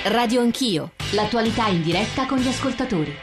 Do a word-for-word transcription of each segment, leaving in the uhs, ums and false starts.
Radio Anch'io, l'attualità in diretta con gli ascoltatori.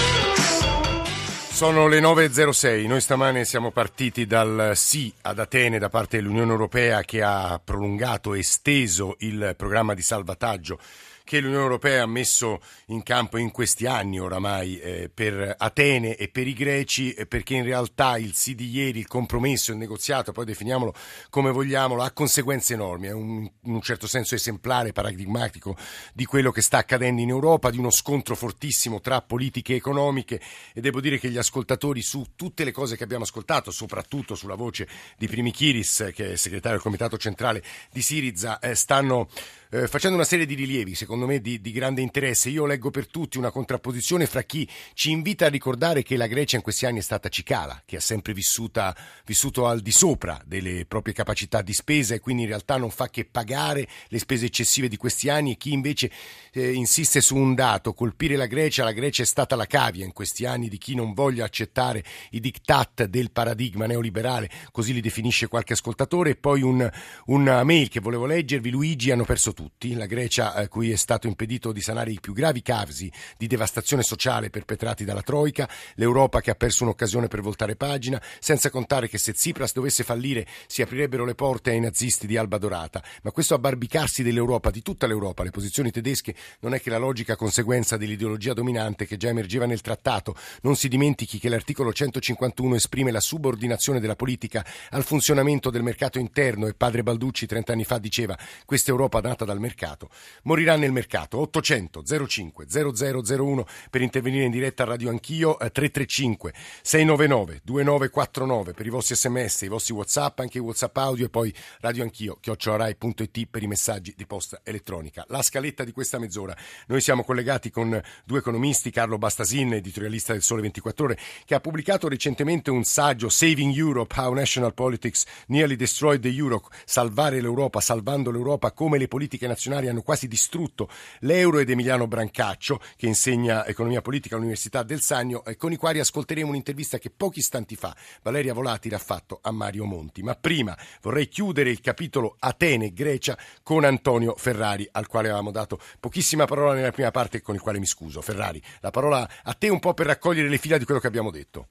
Sono le nove e zero sei, noi stamane siamo partiti dal sì ad Atene da parte dell'Unione Europea che ha prolungato e esteso il programma di salvataggio che l'Unione Europea ha messo in campo in questi anni oramai eh, per Atene e per i greci, eh, perché in realtà il sì di ieri, il compromesso, il negoziato, poi definiamolo come vogliamo, ha conseguenze enormi, è un, in un certo senso esemplare, paradigmatico di quello che sta accadendo in Europa, di uno scontro fortissimo tra politiche economiche, e devo dire che gli ascoltatori su tutte le cose che abbiamo ascoltato, soprattutto sulla voce di Primikiris, che è segretario del Comitato Centrale di Syriza, eh, stanno Eh, facendo una serie di rilievi, secondo me di, di grande interesse. Io leggo per tutti una contrapposizione fra chi ci invita a ricordare che la Grecia in questi anni è stata cicala, che ha sempre vissuta, vissuto al di sopra delle proprie capacità di spesa e quindi in realtà non fa che pagare le spese eccessive di questi anni, e chi invece eh, insiste su un dato: colpire la Grecia. La Grecia è stata la cavia in questi anni di chi non voglia accettare i diktat del paradigma neoliberale, così li definisce qualche ascoltatore. E poi un, una mail che volevo leggervi: Luigi, hanno perso tutti. La Grecia, a cui è stato impedito di sanare i più gravi casi di devastazione sociale perpetrati dalla Troika, l'Europa che ha perso un'occasione per voltare pagina, senza contare che se Tsipras dovesse fallire si aprirebbero le porte ai nazisti di Alba Dorata. Ma questo abbarbicarsi dell'Europa, di tutta l'Europa, le posizioni tedesche, non è che la logica conseguenza dell'ideologia dominante che già emergeva nel trattato. Non si dimentichi che l'articolo centocinquantuno esprime la subordinazione della politica al funzionamento del mercato interno, e padre Balducci trent'anni fa diceva: questa Europa nata dal mercato morirà nel mercato. Ottocento zero cinque zero zero zero uno per intervenire in diretta a Radio Anch'io, eh, tre tre cinque sei nove nove due nove quattro nove per i vostri sms, i vostri WhatsApp, anche i WhatsApp audio, e poi Radio Anch'io chiocciola rai punto it per i messaggi di posta elettronica. La scaletta di questa mezz'ora: noi siamo collegati con due economisti, Carlo Bastasin, editorialista del Sole ventiquattro Ore, che ha pubblicato recentemente un saggio, Saving Europe, How National Politics Nearly Destroyed the Euro, salvare l'Europa, salvando l'Europa, come le politiche nazionali hanno quasi distrutto l'euro, ed Emiliano Brancaccio, che insegna economia politica all'Università del Sannio, e con i quali ascolteremo un'intervista che pochi istanti fa Valeria Volatile ha fatto a Mario Monti. Ma prima vorrei chiudere il capitolo Atene-Grecia con Antonio Ferrari, al quale avevamo dato pochissima parola nella prima parte e con il quale mi scuso. Ferrari, la parola a te un po' per raccogliere le fila di quello che abbiamo detto.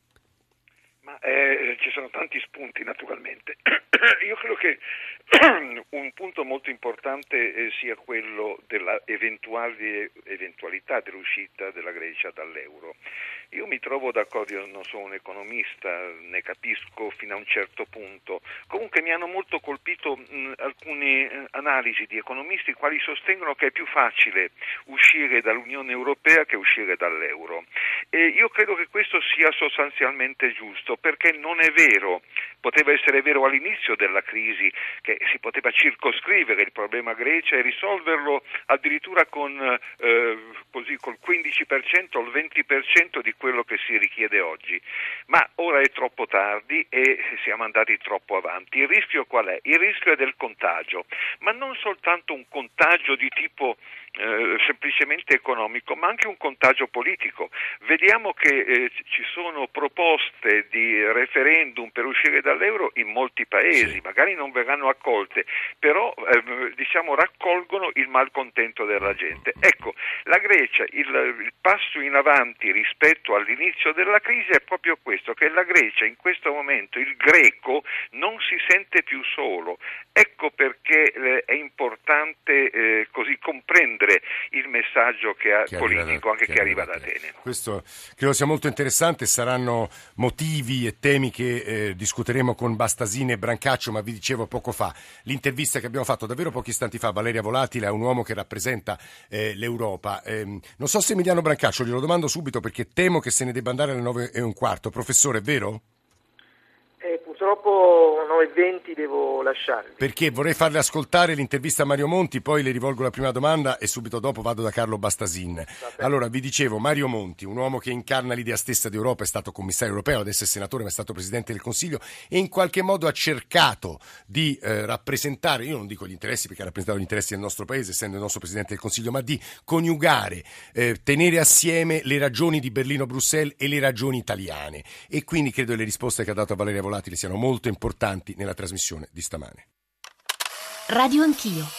Ma eh, ci sono tanti spunti, naturalmente. Io credo che un punto molto importante eh, sia quello della eventuale eventualità dell'uscita della Grecia dall'euro. Io mi trovo d'accordo, io non sono un economista, ne capisco fino a un certo punto. Comunque mi hanno molto colpito mh, alcune eh, analisi di economisti quali sostengono che è più facile uscire dall'Unione Europea che uscire dall'euro. E io credo che questo sia sostanzialmente giusto, perché non è vero, poteva essere vero all'inizio della crisi, che si poteva circoscrivere il problema Grecia e risolverlo addirittura con eh, così col quindici per cento o il venti per cento di quello che si richiede oggi, ma ora è troppo tardi e siamo andati troppo avanti. Il rischio qual è? Il rischio è del contagio, ma non soltanto un contagio di tipo eh, semplicemente economico, ma anche un contagio politico. Vediamo che eh, ci sono proposte di referendum per uscire dall'euro in molti paesi, sì. Magari non verranno accolte, però eh, diciamo raccolgono il malcontento della gente. Ecco, la Grecia, il, il passo in avanti rispetto all'inizio della crisi è proprio questo, che la Grecia in questo momento, il greco, non si sente più solo. Ecco perché eh, è importante eh, così comprendere il messaggio che ha, che politico da, anche che, che arriva da Atene. Questo credo sia molto interessante, saranno motivi e temi che eh, discuteremo con Bastasin e Brancaccio, ma vi dicevo poco fa, l'intervista che abbiamo fatto davvero pochi istanti fa a Valeria Volatile, a un uomo che rappresenta eh, l'Europa. Eh, non so se Emiliano Brancaccio, glielo domando subito perché temo che se ne debba andare alle nove e un quarto. Professore, è vero? Eh, purtroppo nove e venti devo lasciarvi. Perché vorrei farle ascoltare l'intervista a Mario Monti, poi le rivolgo la prima domanda e subito dopo vado da Carlo Bastasin. Allora, vi dicevo, Mario Monti, un uomo che incarna l'idea stessa di Europa, è stato commissario europeo, adesso è senatore, ma è stato presidente del Consiglio e in qualche modo ha cercato di eh, rappresentare, io non dico gli interessi perché ha rappresentato gli interessi del nostro paese, essendo il nostro presidente del Consiglio, ma di coniugare, eh, tenere assieme le ragioni di Berlino-Bruxelles e le ragioni italiane. E quindi credo che le risposte che ha dato a Valeria Volatile siano molto importanti nella trasmissione di stamane. Radio Anch'io.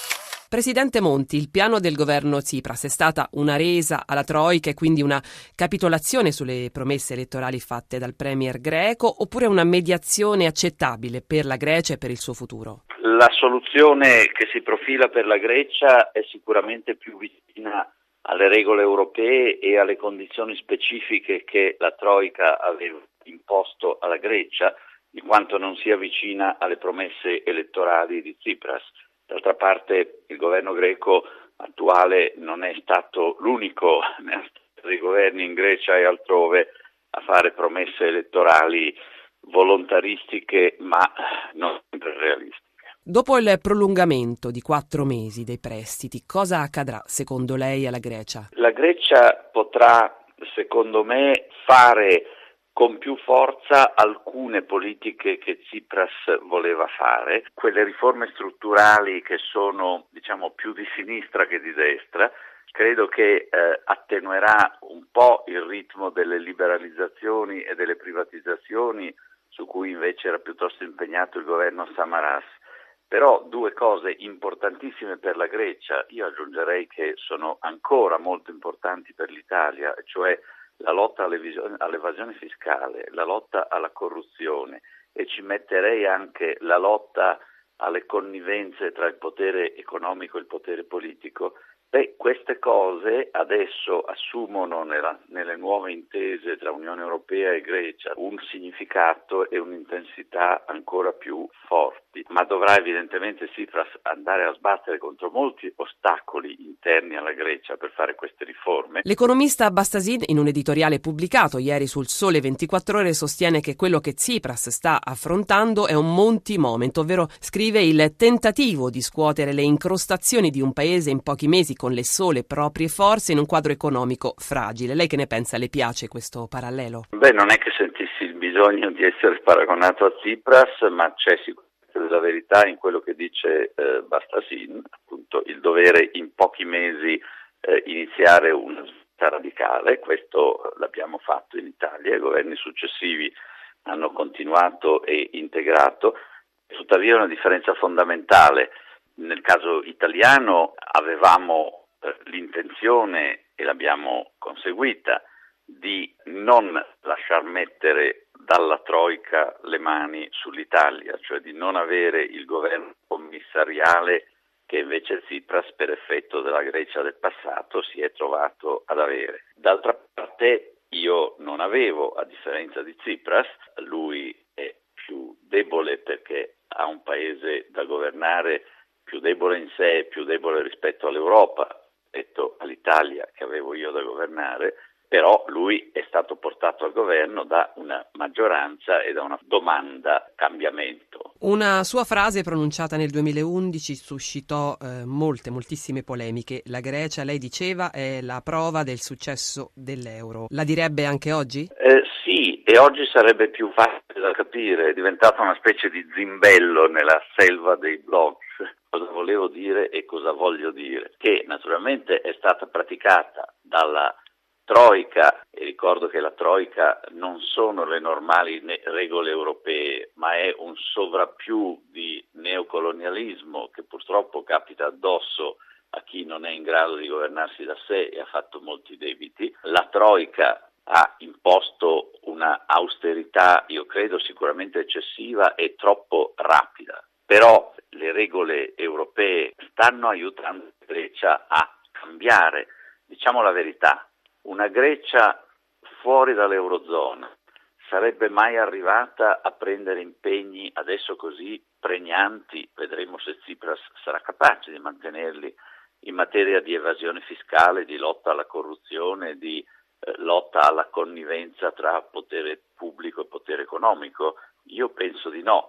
Presidente Monti, il piano del governo Tsipras è stata una resa alla Troika e quindi una capitolazione sulle promesse elettorali fatte dal premier greco, oppure una mediazione accettabile per la Grecia e per il suo futuro? La soluzione che si profila per la Grecia è sicuramente più vicina alle regole europee e alle condizioni specifiche che la Troika aveva imposto alla Grecia, di quanto non sia vicina alle promesse elettorali di Tsipras. D'altra parte il governo greco attuale non è stato l'unico dei governi in Grecia e altrove a fare promesse elettorali volontaristiche ma non sempre realistiche. Dopo il prolungamento di quattro mesi dei prestiti, cosa accadrà secondo lei alla Grecia? La Grecia potrà, secondo me, fare con più forza alcune politiche che Tsipras voleva fare, quelle riforme strutturali che sono, diciamo, più di sinistra che di destra. Credo che eh, attenuerà un po' il ritmo delle liberalizzazioni e delle privatizzazioni su cui invece era piuttosto impegnato il governo Samaras. Però due cose importantissime per la Grecia, io aggiungerei che sono ancora molto importanti per l'Italia, cioè la lotta all'evasione fiscale, la lotta alla corruzione, e ci metterei anche la lotta alle connivenze tra il potere economico e il potere politico. Beh, queste cose adesso assumono nella, nelle nuove intese tra Unione Europea e Grecia un significato e un'intensità ancora più forti, ma dovrà evidentemente Tsipras andare a sbattere contro molti ostacoli interni alla Grecia per fare queste riforme. L'economista Bastasin, in un editoriale pubblicato ieri sul Sole ventiquattro Ore, sostiene che quello che Tsipras sta affrontando è un Monti moment, ovvero, scrive, il tentativo di scuotere le incrostazioni di un paese in pochi mesi con le sole proprie forze in un quadro economico fragile. Lei che ne pensa? Le piace questo parallelo? Beh, non è che sentissi il bisogno di essere paragonato a Tsipras, ma c'è sicuramente della verità in quello che dice eh, Bastasin, appunto il dovere in pochi mesi eh, iniziare una svolta radicale. Questo l'abbiamo fatto in Italia, i governi successivi hanno continuato e integrato, tuttavia una differenza fondamentale. Nel caso italiano avevamo eh, l'intenzione, e l'abbiamo conseguita, di non lasciar mettere dalla Troika le mani sull'Italia, cioè di non avere il governo commissariale che invece Tsipras, per effetto della Grecia del passato, si è trovato ad avere. D'altra parte io non avevo, a differenza di Tsipras, lui è più debole perché ha un paese da governare più debole in sé, più debole rispetto all'Europa, rispetto all'Italia che avevo io da governare, però lui è stato portato al governo da una maggioranza e da una domanda cambiamento. Una sua frase pronunciata nel duemilaundici suscitò eh, molte, moltissime polemiche. La Grecia, lei diceva, è la prova del successo dell'euro. La direbbe anche oggi? Eh, sì, e oggi sarebbe più facile da capire, è diventata una specie di zimbello nella selva dei blogs. Cosa volevo dire e cosa voglio dire? Che naturalmente è stata praticata dalla Troika, e ricordo che la Troika non sono le normali regole europee, ma è un sovrappiù di neocolonialismo che purtroppo capita addosso a chi non è in grado di governarsi da sé e ha fatto molti debiti. La Troika ha imposto una austerità, io credo, sicuramente eccessiva e troppo rapida, però le regole europee stanno aiutando la Grecia a cambiare. Diciamo la verità, una Grecia fuori dall'Eurozona sarebbe mai arrivata a prendere impegni adesso così pregnanti, vedremo se Tsipras sarà capace di mantenerli, in materia di evasione fiscale, di lotta alla corruzione, di eh, lotta alla connivenza tra potere pubblico e potere economico? Io penso di no.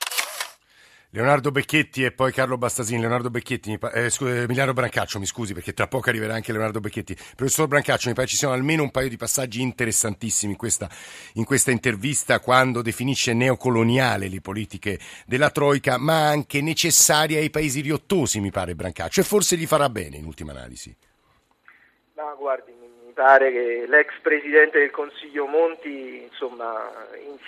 Leonardo Becchetti e poi Carlo Bastasin. Leonardo Becchetti, mi pa- eh, scu- Emiliano Brancaccio, mi scusi perché tra poco arriverà anche Leonardo Becchetti. Professor Brancaccio, mi pare ci siano almeno un paio di passaggi interessantissimi in questa, in questa intervista, quando definisce neocoloniale le politiche della Troika, ma anche necessarie ai paesi riottosi, mi pare, Brancaccio, e forse gli farà bene in ultima analisi. No, guardi, mi pare che l'ex presidente del Consiglio Monti, insomma,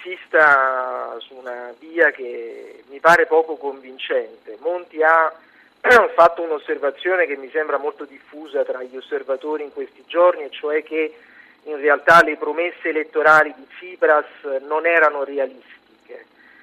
insista su una via che mi pare poco convincente. Monti ha ho fatto un'osservazione che mi sembra molto diffusa tra gli osservatori in questi giorni, e cioè che in realtà le promesse elettorali di Tsipras non erano realistiche.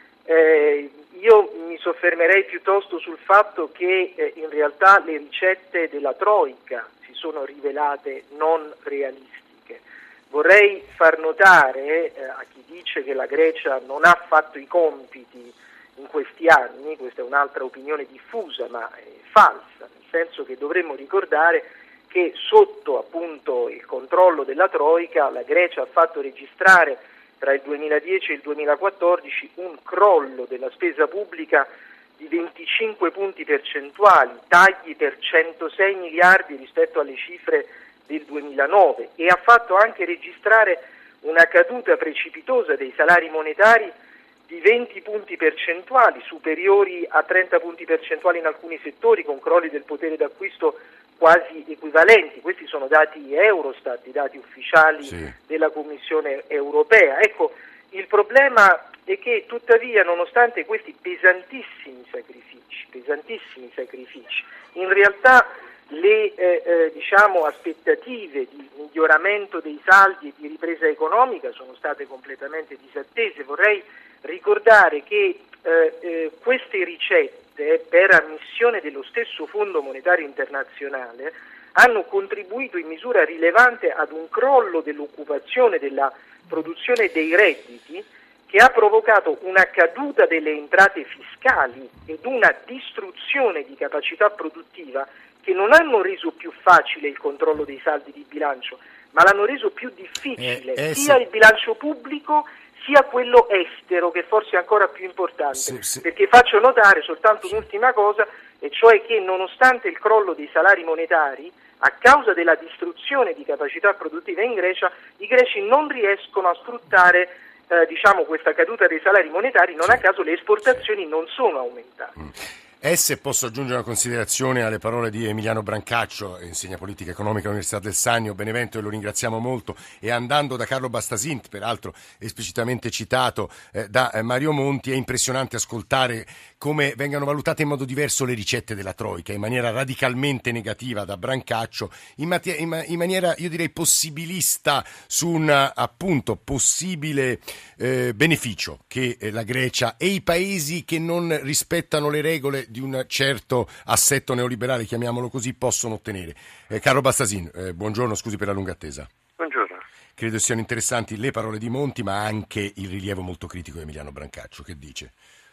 Eh, io mi soffermerei piuttosto sul fatto che eh, in realtà le ricette della Troika si sono rivelate non realistiche. Vorrei far notare eh, a chi dice che la Grecia non ha fatto i compiti in questi anni, questa è un'altra opinione diffusa ma è falsa, nel senso che dovremmo ricordare che sotto appunto il controllo della Troika la Grecia ha fatto registrare tra il duemiladieci e il duemilaquattordici un crollo della spesa pubblica di venticinque punti percentuali, tagli per centosei miliardi rispetto alle cifre del duemilanove, e ha fatto anche registrare una caduta precipitosa dei salari monetari di venti punti percentuali, superiori a trenta punti percentuali in alcuni settori, con crolli del potere d'acquisto quasi equivalenti. Questi sono dati Eurostat, i dati ufficiali sì. della Commissione europea. Ecco, il problema è che tuttavia, nonostante questi pesantissimi sacrifici, pesantissimi sacrifici, in realtà le eh, eh, diciamo aspettative di miglioramento dei saldi e di ripresa economica sono state completamente disattese. Vorrei ricordare che eh, eh, queste ricette, per ammissione dello stesso Fondo Monetario Internazionale, hanno contribuito in misura rilevante ad un crollo dell'occupazione, della produzione dei redditi, che ha provocato una caduta delle entrate fiscali ed una distruzione di capacità produttiva che non hanno reso più facile il controllo dei saldi di bilancio, ma l'hanno reso più difficile, eh, eh, sia sì. il bilancio pubblico sia quello estero, che forse è ancora più importante, sì, sì. perché faccio notare soltanto un'ultima cosa, e cioè che nonostante il crollo dei salari monetari, a causa della distruzione di capacità produttive in Grecia, i greci non riescono a sfruttare eh, diciamo questa caduta dei salari monetari, non a caso le esportazioni non sono aumentate. Mm. E se posso aggiungere una considerazione alle parole di Emiliano Brancaccio, insegna politica economica all'Università del Sannio, Benevento, e lo ringraziamo molto, e andando da Carlo Bastasint, peraltro esplicitamente citato eh, da eh, Mario Monti, è impressionante ascoltare come vengano valutate in modo diverso le ricette della Troika, in maniera radicalmente negativa da Brancaccio, in, mate- in, ma- in maniera, io direi, possibilista su un appunto possibile eh, beneficio che eh, la Grecia e i paesi che non rispettano le regole di un certo assetto neoliberale, chiamiamolo così, possono ottenere. Eh, Carlo Bastasin, eh, buongiorno, scusi per la lunga attesa. Buongiorno. Credo siano interessanti le parole di Monti, ma anche il rilievo molto critico di Emiliano Brancaccio. Che dice?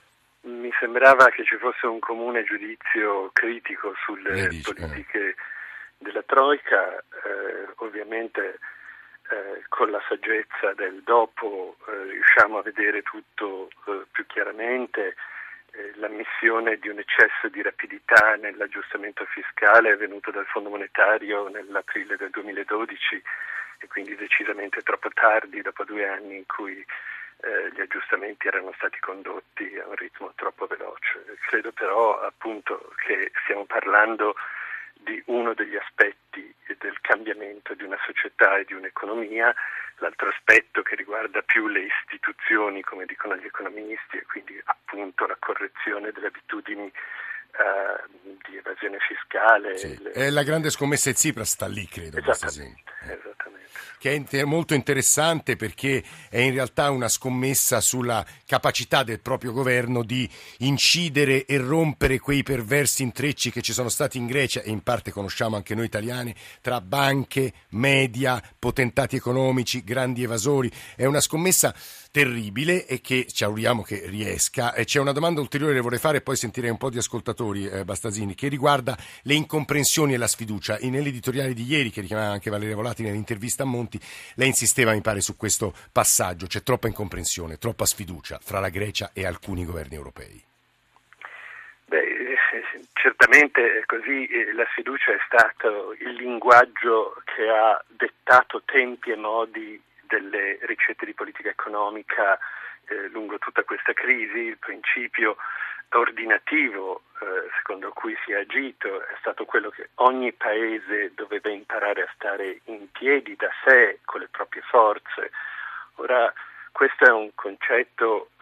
Mi sembrava che ci fosse un comune giudizio critico sulle dice, politiche eh. della Troika, eh, ovviamente eh, con la saggezza del dopo eh, riusciamo a vedere tutto eh, più chiaramente. L'ammissione di un eccesso di rapidità nell'aggiustamento fiscale è venuto dal Fondo Monetario nell'aprile del duemiladodici, e quindi decisamente troppo tardi, dopo due anni in cui eh, gli aggiustamenti erano stati condotti a un ritmo troppo veloce. Credo però appunto che stiamo parlando di uno degli aspetti del cambiamento di una società e di un'economia. L'altro aspetto che riguarda più le istituzioni, come dicono gli economisti, e quindi appunto la correzione delle abitudini uh, di evasione fiscale. Sì. Le... E la grande scommessa di Tsipras sta lì, credo. Esattamente, esattamente. Che è molto interessante perché è in realtà una scommessa sulla capacità del proprio governo di incidere e rompere quei perversi intrecci che ci sono stati in Grecia, e in parte conosciamo anche noi italiani, tra banche, media, potentati economici, grandi evasori. È una scommessa terribile e che ci auguriamo che riesca. E c'è una domanda ulteriore che vorrei fare, e poi sentirei un po' di ascoltatori, eh, Bastasini, che riguarda le incomprensioni e la sfiducia. E nell'editoriale di ieri, che richiamava anche Valeria Volati nell'intervista a Monti, lei insisteva, mi pare, su questo passaggio. C'è troppa incomprensione, troppa sfiducia fra la Grecia e alcuni governi europei. Beh, certamente così. La sfiducia è stato il linguaggio che ha dettato tempi e modi delle ricette di politica economica eh, lungo tutta questa crisi. Il principio ordinativo eh, secondo cui si è agito è stato quello che ogni paese doveva imparare a stare in piedi da sé con le proprie forze. Ora, questo è un concetto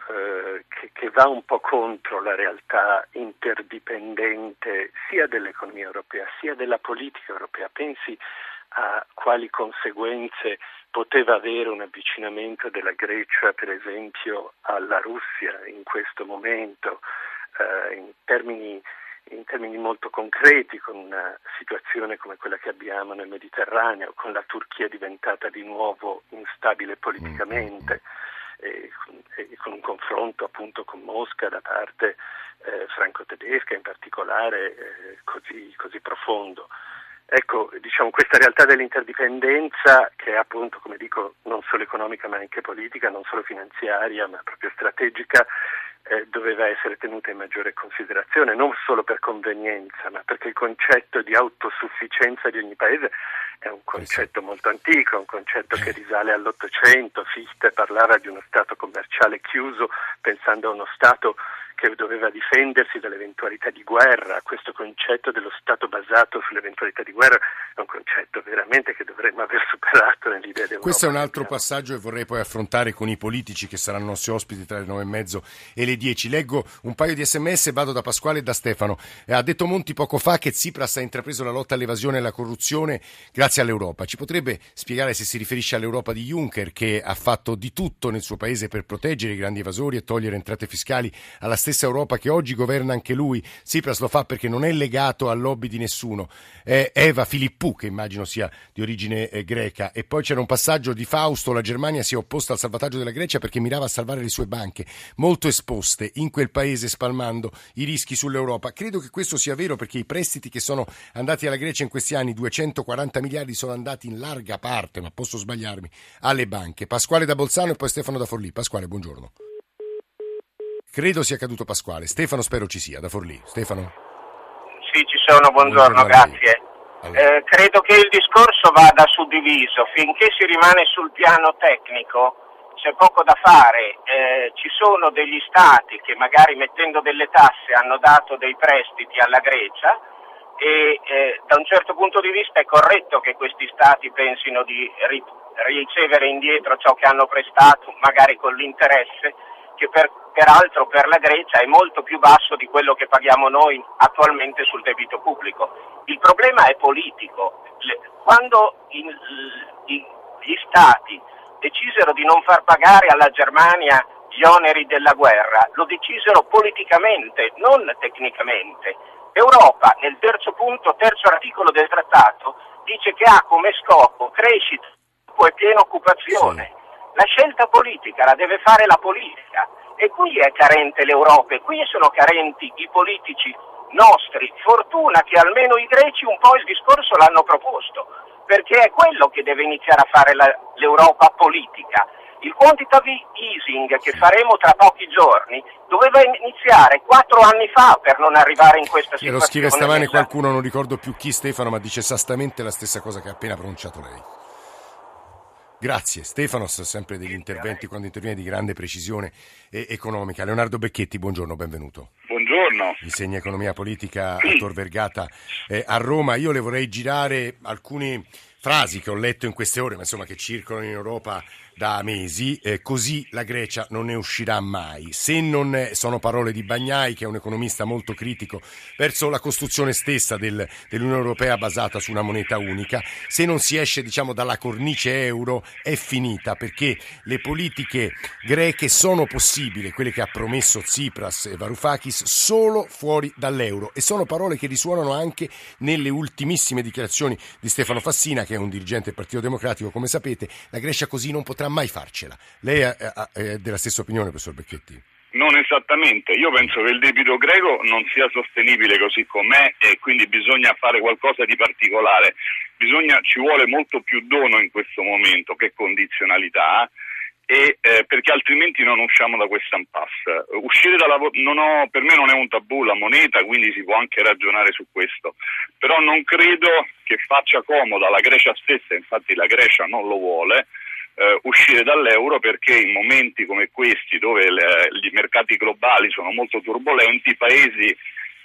eh, che, che va un po' contro la realtà interdipendente sia dell'economia europea sia della politica europea. Pensi a quali conseguenze poteva avere un avvicinamento della Grecia, per esempio, alla Russia in questo momento, eh, in termini in termini molto concreti, con una situazione come quella che abbiamo nel Mediterraneo, con la Turchia diventata di nuovo instabile politicamente, e, e con un confronto appunto con Mosca da parte eh, franco-tedesca in particolare eh, così, così profondo. Ecco, diciamo, questa realtà dell'interdipendenza, che è appunto, come dico, non solo economica ma anche politica, non solo finanziaria ma proprio strategica, eh, doveva essere tenuta in maggiore considerazione, non solo per convenienza, ma perché il concetto di autosufficienza di ogni paese è un concetto molto antico, un concetto che risale all'Ottocento. Fichte parlava di uno Stato commerciale chiuso, pensando a uno Stato che doveva difendersi dall'eventualità di guerra. Questo concetto dello Stato basato sull'eventualità di guerra è un concetto veramente che dovremmo aver superato nell'idea di Europa. Questo è un altro passaggio che vorrei poi affrontare con i politici che saranno nostri ospiti tra le nove e mezzo e le dieci. Leggo un paio di sms e vado da Pasquale e da Stefano. Eh, ha detto Monti poco fa che Tsipras ha intrapreso la lotta all'evasione e alla corruzione grazie all'Europa. Ci potrebbe spiegare se si riferisce all'Europa di Juncker, che ha fatto di tutto nel suo paese per proteggere i grandi evasori e togliere entrate fiscali alla stessa Europa che oggi governa anche lui? Tsipras lo fa perché non è legato al lobby di nessuno. È Eva Filippou, che immagino sia di origine eh, greca. E poi c'era un passaggio di Fausto: la Germania si è opposta al salvataggio della Grecia perché mirava a salvare le sue banche, molto esposte in quel paese, spalmando i rischi sull'Europa. Credo che questo sia vero, perché i prestiti che sono andati alla Grecia in questi anni, duecentoquaranta miliardi, sono andati in larga parte, ma posso sbagliarmi, alle banche. Pasquale da Bolzano e poi Stefano da Forlì. Pasquale, buongiorno. Credo sia caduto Pasquale. Stefano spero ci sia, da Forlì. Stefano? Sì, ci sono, buongiorno, buongiorno grazie. Allora. Eh, credo che il discorso vada suddiviso. Finché si rimane sul piano tecnico c'è poco da fare. Eh, ci sono degli stati che magari mettendo delle tasse hanno dato dei prestiti alla Grecia e eh, da un certo punto di vista è corretto che questi stati pensino di ri- ricevere indietro ciò che hanno prestato, magari con l'interesse che per, peraltro per la Grecia è molto più basso di quello che paghiamo noi attualmente sul debito pubblico. Il problema è politico. Le, quando in, in, gli Stati decisero di non far pagare alla Germania gli oneri della guerra, lo decisero politicamente, non tecnicamente. L'Europa, nel terzo punto, terzo articolo del trattato, dice che ha come scopo crescita e piena occupazione. Sì. La scelta politica la deve fare la politica e qui è carente l'Europa e qui sono carenti i politici nostri. Fortuna che almeno i greci un po' il discorso l'hanno proposto, perché è quello che deve iniziare a fare la, l'Europa politica. Il quantitative easing che faremo tra pochi giorni doveva iniziare quattro anni fa per non arrivare in questa situazione. Lo scrive stamane qualcuno, non ricordo più chi, Stefano, ma dice esattamente la stessa cosa che ha appena pronunciato lei. Grazie. Stefanos, sempre degli interventi quando interviene di grande precisione e economica. Leonardo Becchetti, buongiorno, benvenuto. Buongiorno. Insegna economia politica a Tor Vergata eh, a Roma. Io le vorrei girare alcune frasi che ho letto in queste ore, ma insomma che circolano in Europa da mesi. Eh, così la Grecia non ne uscirà mai. Se non è, sono parole di Bagnai, che è un economista molto critico verso la costruzione stessa del, dell'Unione Europea basata su una moneta unica. Se non si esce, diciamo, dalla cornice euro è finita, perché le politiche greche sono possibili, quelle che ha promesso Tsipras e Varoufakis, solo fuori dall'euro. E sono parole che risuonano anche nelle ultimissime dichiarazioni di Stefano Fassina, che è un dirigente del Partito Democratico, come sapete. La Grecia così non potrà mai farcela. Lei è, è della stessa opinione, professor Becchetti? Non esattamente. Io penso che il debito greco non sia sostenibile così com'è e quindi bisogna fare qualcosa di particolare. Bisogna, ci vuole molto più dono in questo momento che condizionalità, e eh, perché altrimenti non usciamo da questa impasse. Uscire dalla non ho, per me non è un tabù la moneta, quindi si può anche ragionare su questo, però non credo che faccia comodo alla Grecia stessa, infatti la Grecia non lo vuole, eh, uscire dall'euro, perché in momenti come questi, dove le, i mercati globali sono molto turbolenti, i paesi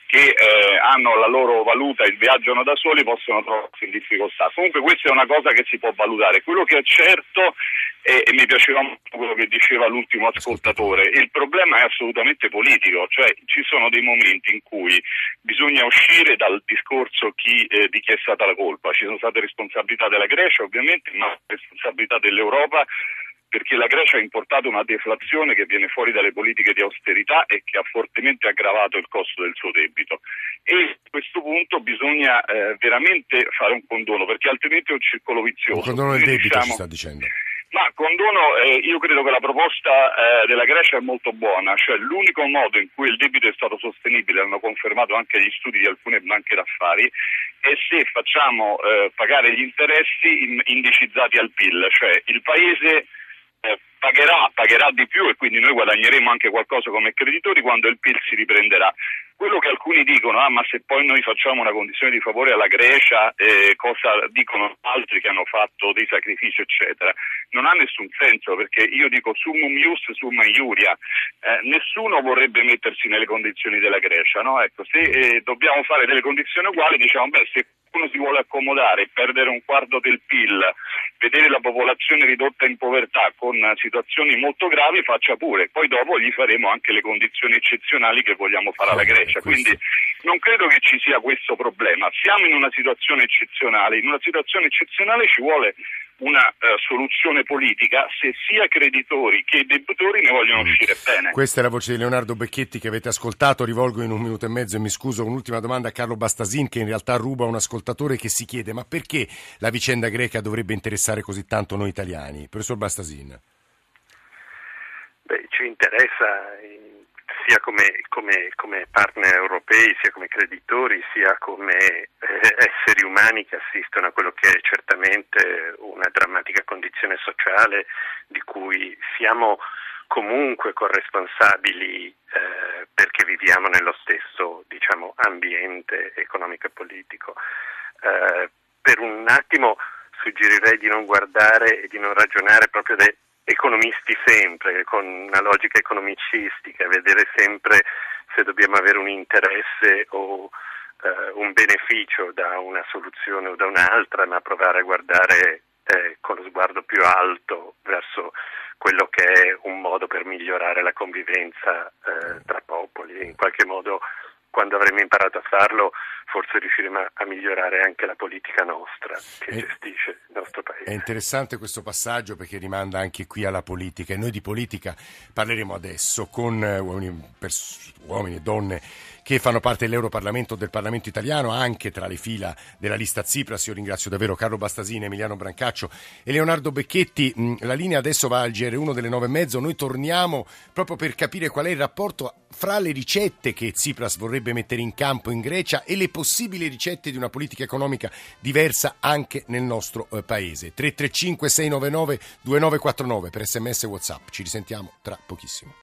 che eh, hanno la loro valuta e viaggiano da soli possono trovarsi in difficoltà. Comunque questa è una cosa che si può valutare. Quello che è certo, e, e mi piaceva molto quello che diceva l'ultimo ascoltatore, il problema è assolutamente politico, cioè ci sono dei momenti in cui bisogna uscire dal discorso chi, eh, di chi è stata la colpa. Ci sono state responsabilità della Grecia ovviamente, ma responsabilità dell'Europa, perché la Grecia ha importato una deflazione che viene fuori dalle politiche di austerità e che ha fortemente aggravato il costo del suo debito. E a questo punto bisogna eh, veramente fare un condono, perché altrimenti è un circolo vizioso. Un condono del debito, diciamo, ci sta dicendo. Ma condono, eh, io credo che la proposta eh, della Grecia è molto buona, cioè l'unico modo in cui il debito è stato sostenibile, hanno confermato anche gli studi di alcune banche d'affari, è se facciamo eh, pagare gli interessi in, indicizzati al P I L, cioè il paese Eh, pagherà, pagherà di più e quindi noi guadagneremo anche qualcosa come creditori quando il P I L si riprenderà. Quello che alcuni dicono, ah ma se poi noi facciamo una condizione di favore alla Grecia, eh, cosa dicono altri che hanno fatto dei sacrifici eccetera, non ha nessun senso, perché io dico summum ius summa iuria, eh, nessuno vorrebbe mettersi nelle condizioni della Grecia, no? Ecco, se eh, dobbiamo fare delle condizioni uguali, diciamo beh, se uno si vuole accomodare, perdere un quarto del P I L, vedere la popolazione ridotta in povertà con situazioni molto gravi, faccia pure, poi dopo gli faremo anche le condizioni eccezionali che vogliamo fare alla Grecia, quindi non credo che ci sia questo problema. Siamo in una situazione eccezionale, in una situazione eccezionale ci vuole una uh, soluzione politica se sia creditori che debitori ne vogliono mm. uscire bene. Questa è la voce di Leonardo Becchetti che avete ascoltato. Rivolgo in un minuto e mezzo e mi scuso un'ultima domanda a Carlo Bastasin, che in realtà ruba un ascoltatore che si chiede ma perché la vicenda greca dovrebbe interessare così tanto noi italiani? Professor Bastasin. Beh, ci interessa sia come, come, come partner europei, sia come creditori, sia come eh, esseri umani che assistono a quello che è certamente una drammatica condizione sociale di cui siamo comunque corresponsabili eh, perché viviamo nello stesso, diciamo, ambiente economico e politico. Eh, per un attimo suggerirei di non guardare e di non ragionare proprio de economisti sempre, con una logica economicistica, vedere sempre se dobbiamo avere un interesse o eh, un beneficio da una soluzione o da un'altra, ma provare a guardare eh, con lo sguardo più alto verso quello che è un modo per migliorare la convivenza eh, tra popoli. In qualche modo, quando avremo imparato a farlo, forse riusciremo a migliorare anche la politica nostra che è, gestisce il nostro paese. È interessante questo passaggio perché rimanda anche qui alla politica, e noi di politica parleremo adesso con uomini, pers- uomini e donne che fanno parte dell'Europarlamento, del Parlamento italiano, anche tra le fila della lista Tsipras. Io ringrazio davvero Carlo Bastasin, Emiliano Brancaccio e Leonardo Becchetti. La linea adesso va al G R uno delle nove e mezzo. Noi torniamo proprio per capire qual è il rapporto fra le ricette che Tsipras vorrebbe mettere in campo in Grecia e le possibili ricette di una politica economica diversa anche nel nostro eh, paese. tre tre cinque sei nove nove due nove quattro nove per sms e WhatsApp. Ci risentiamo tra pochissimo.